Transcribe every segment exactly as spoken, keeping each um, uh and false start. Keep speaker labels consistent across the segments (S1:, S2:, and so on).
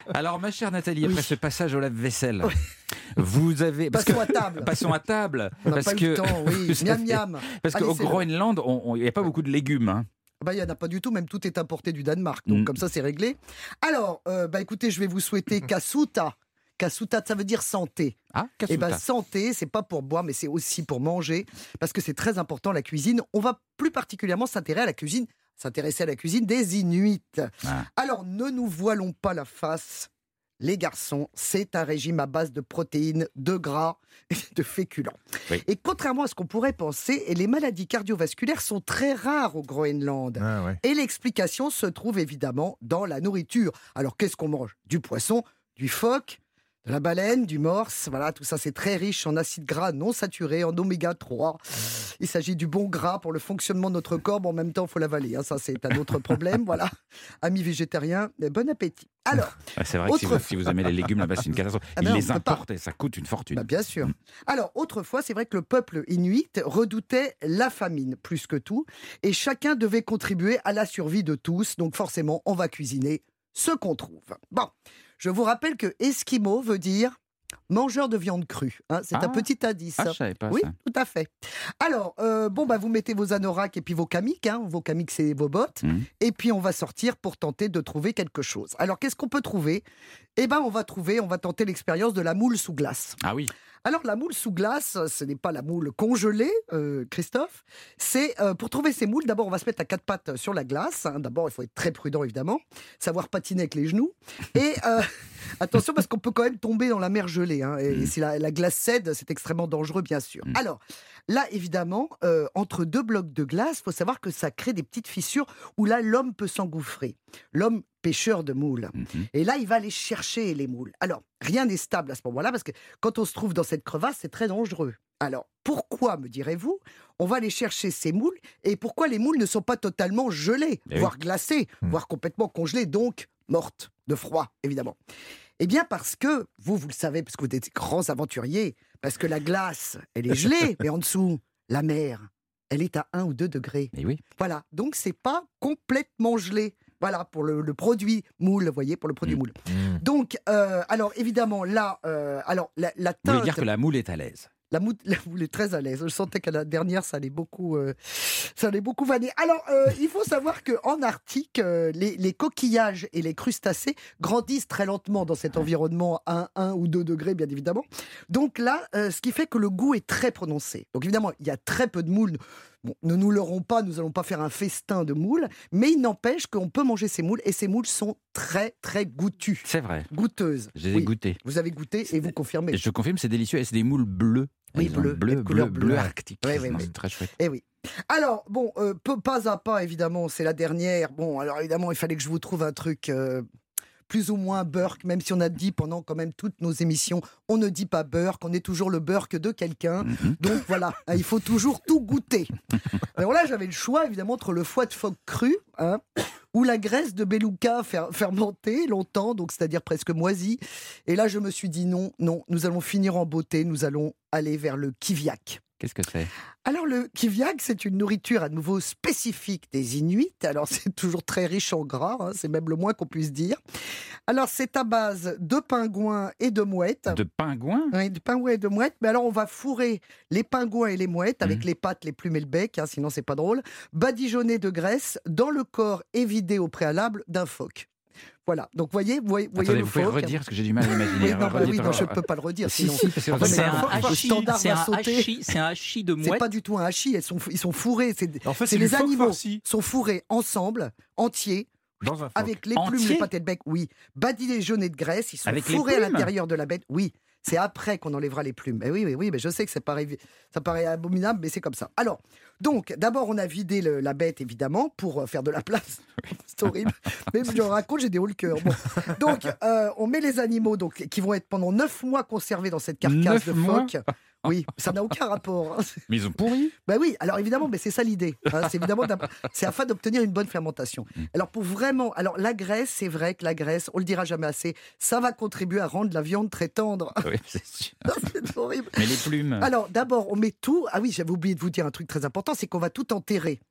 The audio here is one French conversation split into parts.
S1: Alors, ma chère Nathalie,
S2: Oui.
S1: après ce passage au lave-vaisselle,
S2: Oui.
S1: vous avez... parce
S2: Passons
S1: que-
S2: à table.
S1: Passons à table.
S2: On n'a
S1: parce
S2: pas eu
S1: que...
S2: le temps, oui.
S1: vous
S2: Miam
S1: savez-
S2: miam.
S1: Parce
S2: Allez,
S1: qu'au
S2: c'est le-
S1: Groenland, on- on- il n'y a pas beaucoup de légumes. Hein.
S2: Bah, il n'y en a pas du tout, même tout est importé du Danemark. Donc,
S1: Mm.
S2: comme ça, c'est réglé. Alors, euh, bah, écoutez, je vais vous souhaiter Kasuta. Kasuta, ça veut dire santé.
S1: Ah,
S2: Et
S1: Kasuta.
S2: ben santé, c'est pas pour boire, mais c'est aussi pour manger, parce que c'est très important la cuisine. On va plus particulièrement s'intéresser à la cuisine, s'intéresser à la cuisine des Inuits.
S1: Ah.
S2: Alors ne nous voilons pas la face, les garçons, c'est un régime à base de protéines, de gras et de féculents.
S1: Oui.
S2: Et contrairement à ce qu'on pourrait penser, les maladies cardiovasculaires sont très rares au Groenland.
S3: Ah, ouais.
S2: Et l'explication se trouve évidemment dans la nourriture. Alors qu'est-ce qu'on mange ? Du poisson, du phoque, de la baleine, du morse, voilà, tout ça c'est très riche en acides gras non saturés, en oméga trois. Il s'agit du bon gras pour le fonctionnement de notre corps, mais en même temps il faut l'avaler, hein, ça c'est un autre problème, voilà. Amis végétariens, mais bon appétit. Alors,
S1: Ah, c'est vrai que si vous,
S2: Autre-
S1: si vous aimez les légumes là-bas, c'est une catastrophe.
S2: Ah
S1: Ils
S2: ben, on
S1: les
S2: peut pas.
S1: importent et ça coûte une fortune.
S2: bah, bien sûr. Alors, autrefois, c'est vrai que le peuple inuit redoutait la famine plus que tout, et chacun devait contribuer à la survie de tous, donc forcément, on va cuisiner ce qu'on trouve. Bon, je vous rappelle que Esquimau veut dire mangeur de viande crue, hein, c'est
S1: Ah.
S2: un petit indice.
S1: Ah, je savais pas
S2: Oui,
S1: ça.
S2: tout à fait. Alors, euh, bon, bah, vous mettez vos anoraks et puis vos kamiks. Hein. Vos kamiks, c'est vos bottes.
S1: Mhm.
S2: Et puis, on va sortir pour tenter de trouver quelque chose. Alors, qu'est-ce qu'on peut trouver ? Eh bien, on va trouver, on va tenter l'expérience de la moule sous glace.
S1: Ah oui.
S2: Alors, la moule sous glace, ce n'est pas la moule congelée, euh, Christophe. C'est, euh, pour trouver ces moules, d'abord, on va se mettre à quatre pattes sur la glace. hein. D'abord, il faut être très prudent, évidemment. Savoir patiner avec les genoux. Et euh, attention, parce qu'on peut quand même tomber dans la mer gelée. hein. Et, et si la, la glace cède, c'est extrêmement dangereux, bien sûr.
S1: Mm.
S2: Alors, là, évidemment, euh, entre deux blocs de glace, il faut savoir que ça crée des petites fissures où là, l'homme peut s'engouffrer. L'homme pêcheur de moules.
S1: Mhm.
S2: Et là, il va aller chercher les moules. Alors, rien n'est stable à ce moment-là, parce que quand on se trouve dans cette crevasse, c'est très dangereux. Alors, pourquoi, me direz-vous, on va aller chercher ces moules, et pourquoi les moules ne sont pas totalement gelées,
S1: Eh oui.
S2: voire glacées,
S3: Hmm.
S2: voire complètement congelées, donc mortes, de froid, évidemment. Eh bien, parce que, vous, vous le savez, parce que vous êtes des grands aventuriers, parce que la glace, elle est gelée, mais en dessous, la mer, elle est à un ou deux degrés.
S1: Mais oui.
S2: Voilà, donc c'est pas complètement gelé. Voilà, pour le, le produit moule, vous voyez, pour le produit
S1: Mm.
S2: moule.
S3: Mmh.
S2: Donc, euh, alors évidemment, là, euh, alors la, la
S1: Vous voulez
S2: teinte,
S1: dire que la moule est à l'aise.
S2: la, moule, la moule est très à l'aise. Je sentais qu'à la dernière, ça allait beaucoup, euh, ça allait beaucoup vanner. Alors, euh, il faut savoir qu'en Arctique, euh, les, les coquillages et les crustacés grandissent très lentement dans cet environnement à un ou deux degrés, bien évidemment. Donc là, euh, ce qui fait que le goût est très prononcé. Donc évidemment, il y a très peu de moules. Bon, ne nous leurrons pas, nous n'allons pas faire un festin de moules, mais il n'empêche qu'on peut manger ces moules, et ces moules sont très, très goûtues,
S1: C'est vrai.
S2: goûteuses.
S1: Je les ai
S2: Oui,
S1: goûtés.
S2: vous avez goûté et vous confirmez.
S1: Et je confirme, c'est délicieux. Et c'est des moules bleues.
S2: Oui,
S1: Elles ont
S2: bleues,
S1: bleu,
S2: de couleur
S1: bleu,
S2: bleue.
S1: bleu arctique.
S2: Oui, oui,
S1: Non,
S2: oui.
S1: C'est très chouette.
S2: Eh oui. Alors, bon, euh, peu- pas à pas, évidemment, c'est la dernière. Bon, alors évidemment, il fallait que je vous trouve un truc euh, plus ou moins Burke, même si on a dit pendant quand même toutes nos émissions, on ne dit pas Burke, on est toujours le Burke de quelqu'un.
S1: Mhm.
S2: Donc voilà, hein, il faut toujours tout goûter. Alors là, j'avais le choix, évidemment, entre le foie de phoque cru, hein, ou la graisse de beluga fer- fermentée longtemps, donc c'est-à-dire presque moisie. Et là, je me suis dit non, non, nous allons finir en beauté, nous allons aller vers le kiviak.
S1: Qu'est-ce que c'est ?
S2: Alors le kiviak, c'est une nourriture à nouveau spécifique des Inuits. Alors c'est toujours très riche en gras, hein, c'est même le moins qu'on puisse dire. Alors c'est à base de pingouins et de mouettes.
S1: De pingouins ?
S2: Oui, de pingouins et de mouettes. Mais alors on va fourrer les pingouins et les mouettes avec
S1: Mhm.
S2: les pattes, les plumes et le bec, hein, sinon c'est pas drôle. Badigeonner de graisse dans le corps et vidé au préalable d'un phoque. Voilà. Donc voyez, voyez, voyez
S1: Attendez,
S2: le
S1: vous pouvez
S2: phoque.
S1: redire parce que j'ai du mal à imaginer.
S2: Oui, non, bah oui,
S1: Redites-
S2: non, je ne peux pas le redire.
S1: Si,
S2: sinon.
S1: si, parce que
S2: En fait,
S1: c'est
S2: mais
S1: un
S2: le phoque, le
S4: hachis,
S2: standard
S4: c'est
S2: va
S4: un
S2: sauter.
S4: hachis, c'est un hachis de
S2: C'est
S4: mouette.
S2: pas du tout un hachis, elles sont, ils sont fourrés. C'est,
S3: En fait,
S2: c'est
S3: c'est
S2: les
S3: du phoque
S2: animaux
S3: farci
S2: sont fourrés ensemble, entiers,
S3: dans un phoque.
S2: avec les plumes,
S1: Entiers
S2: les pâtés de bec, oui. Badigeonnés de graisse, ils sont
S1: Avec les
S2: fourrés à
S1: plumes
S2: l'intérieur de la bête, oui. C'est après qu'on enlèvera les plumes. Eh oui, oui, oui, mais je sais que ça paraît, ça paraît abominable, mais c'est comme ça. Alors, donc, d'abord, on a vidé le- la bête, évidemment, pour euh, faire de la place. C'est horrible. Mais je raconte, j'ai des hauts le cœur. Bon. Donc, euh, on met les animaux donc, qui vont être pendant neuf mois conservés dans cette carcasse
S1: Neuf
S2: de
S1: mois
S2: phoque. Oui, ça n'a aucun rapport. hein.
S1: Mais ils ont pourri.
S2: Ben oui, alors évidemment, mais c'est ça l'idée. hein, c'est évidemment, d'ab- c'est afin d'obtenir une bonne fermentation. Alors pour vraiment, alors la graisse, c'est vrai que la graisse, on le dira jamais assez, ça va contribuer à rendre la viande très tendre.
S1: Oui, c'est sûr.
S2: c'est horrible.
S1: Mais les plumes.
S2: Alors d'abord, on met tout. Ah oui, j'avais oublié de vous dire un truc très important, c'est qu'on va tout enterrer.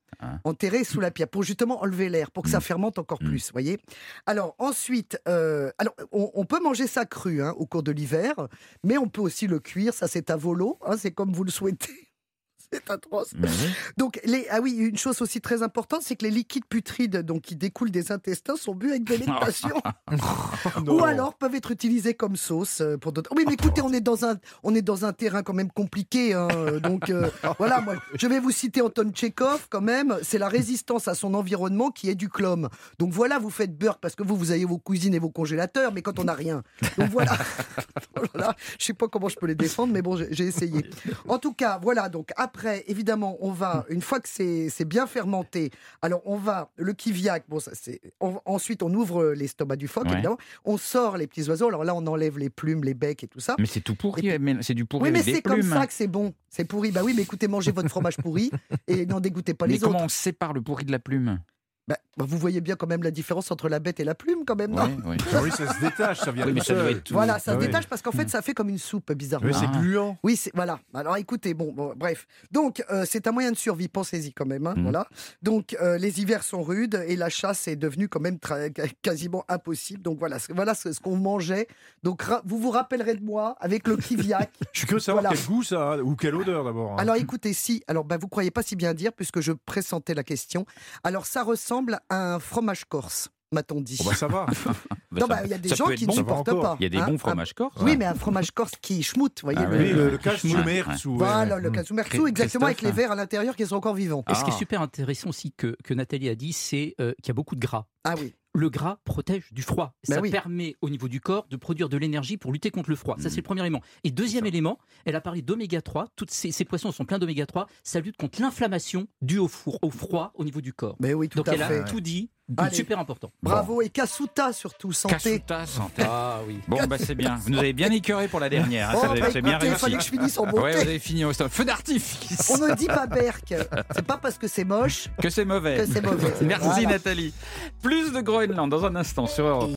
S1: Ah.
S2: enterré sous la pierre, pour justement enlever l'air, pour que ça
S1: Mm.
S2: fermente encore
S1: Mm.
S2: plus, voyez. Alors ensuite, euh, alors, on, on peut manger ça cru hein, au cours de l'hiver, mais on peut aussi le cuire, ça c'est à volo, hein, c'est comme vous le souhaitez. C'est atroce.
S1: Mais oui.
S2: Donc, les, ah oui, une chose aussi très importante, c'est que les liquides putrides donc, qui découlent des intestins sont bu avec délectation. Ou alors peuvent être utilisés comme sauce euh, pour d'autres. Oui, mais écoutez, on est dans un, on est dans un terrain quand même compliqué. Hein, euh, donc euh, voilà, moi, je vais vous citer Anton Tchekhov quand même. C'est la résistance à son environnement qui est du chlome. Donc voilà, vous faites beurre parce que vous, vous avez vos cuisines et vos congélateurs, mais quand on n'a rien. Donc voilà. Voilà. Je sais pas comment je peux les défendre, mais bon, j'ai j'ai essayé. En tout cas, voilà. Donc après, évidemment, on va une fois que c'est c'est bien fermenté. Alors on va le kiviak. Bon, ça c'est. on- ensuite, on ouvre l'estomac du phoque.
S1: Ouais.
S2: Évidemment, on sort les petits oiseaux. Alors là, on enlève les plumes, les becs et tout ça.
S1: Mais c'est tout pourri, mais c'est du pourri
S2: Oui, mais
S1: avec des
S2: c'est comme
S1: plumes.
S2: ça que c'est bon. C'est pourri. Bah oui, mais écoutez, mangez votre fromage pourri et n'en dégoûtez pas
S1: Mais
S2: les
S1: comment
S2: autres.
S1: on sépare le pourri de la plume?
S2: Bah, bah, vous voyez bien quand même la différence entre la bête et la plume, quand même, non?
S1: Ouais, ouais.
S3: Ah oui, ça se détache, ça vient
S1: Oui,
S3: tout
S1: mais ça doit
S3: seul.
S1: être tout-
S2: Voilà, ça
S3: Ah
S2: se
S3: oui.
S2: détache parce qu'en fait, ça fait comme une soupe, bizarrement.
S3: Oui, c'est
S1: Ah.
S3: gluant.
S2: Oui, c'est voilà. Alors écoutez, bon, bon, bref. Donc euh, c'est un moyen de survie. Pensez-y quand même. Hein,
S1: Mhm.
S2: Voilà. Donc euh, les hivers sont rudes et la chasse est devenue quand même tra- quasiment impossible. Donc voilà, c'est- voilà ce, ce qu'on mangeait. Donc ra- vous vous rappellerez de moi avec le kiviak.
S3: Je suis curieux de savoir
S2: Voilà.
S3: quel goût ça a, ou quelle odeur d'abord. hein.
S2: Alors écoutez, si. Alors bah, vous croyez pas si bien dire puisque je pressentais la question. Alors ça ressemble à un fromage corse, m'a-t-on dit.
S3: Bon, bah, ça va.
S2: non, bah, il y a des
S1: ça
S2: gens
S1: peut être
S2: qui
S1: bon.
S2: ne
S3: Ça va
S2: supportent
S3: encore.
S2: pas.
S1: Il y a des
S2: hein.
S1: bons
S2: Un-
S1: fromages corse.
S2: Oui, mais un fromage corse qui schmoute, vous voyez.
S1: Ah
S2: le-
S1: oui,
S3: Oui,
S1: le-
S3: le, le cache-sous-mertz.
S1: Ouais.
S3: ou-
S2: Voilà,
S3: ouais.
S2: le
S3: Mm.
S2: cassoumerçou, exactement, avec les
S1: Christophe,
S2: vers à l'intérieur qui sont encore vivants.
S4: Et ce qui est
S1: Ah.
S4: super intéressant aussi que, que Nathalie a dit, c'est euh, qu'il y a beaucoup de gras.
S2: Ah oui.
S4: Le gras protège du froid.
S2: Ben
S4: Ça
S2: oui.
S4: permet au niveau du corps de produire de l'énergie pour lutter contre le froid. Ça,
S1: Mhm.
S4: c'est le premier élément. Et deuxième élément, elle a parlé d'oméga trois. Toutes ces, ces poissons sont pleins d'oméga trois. Ça lutte contre l'inflammation due au, four- au froid au niveau du corps.
S2: Mais oui, tout
S4: Donc
S2: à
S4: elle
S2: fait.
S4: a tout dit.
S2: Allez.
S4: Super important.
S2: Bravo, et Kasuta surtout, santé.
S1: Kasuta, santé.
S4: Ah oui.
S1: Bon, bah c'est bien. Vous nous avez bien écœuré pour la dernière. hein,
S2: Oh,
S1: ça,
S2: bah,
S1: c'est bien
S2: écoutez, il
S1: réussi.
S2: fallait que je finisse en
S1: Ouais,
S2: beauté.
S1: vous avez fini au stop. Feu d'artifice.
S2: On ne dit pas Berck. C'est pas parce que c'est moche
S1: Que c'est mauvais.
S2: que c'est mauvais.
S1: Merci
S2: Voilà.
S1: Nathalie. Plus de Groenland dans un instant sur Europe.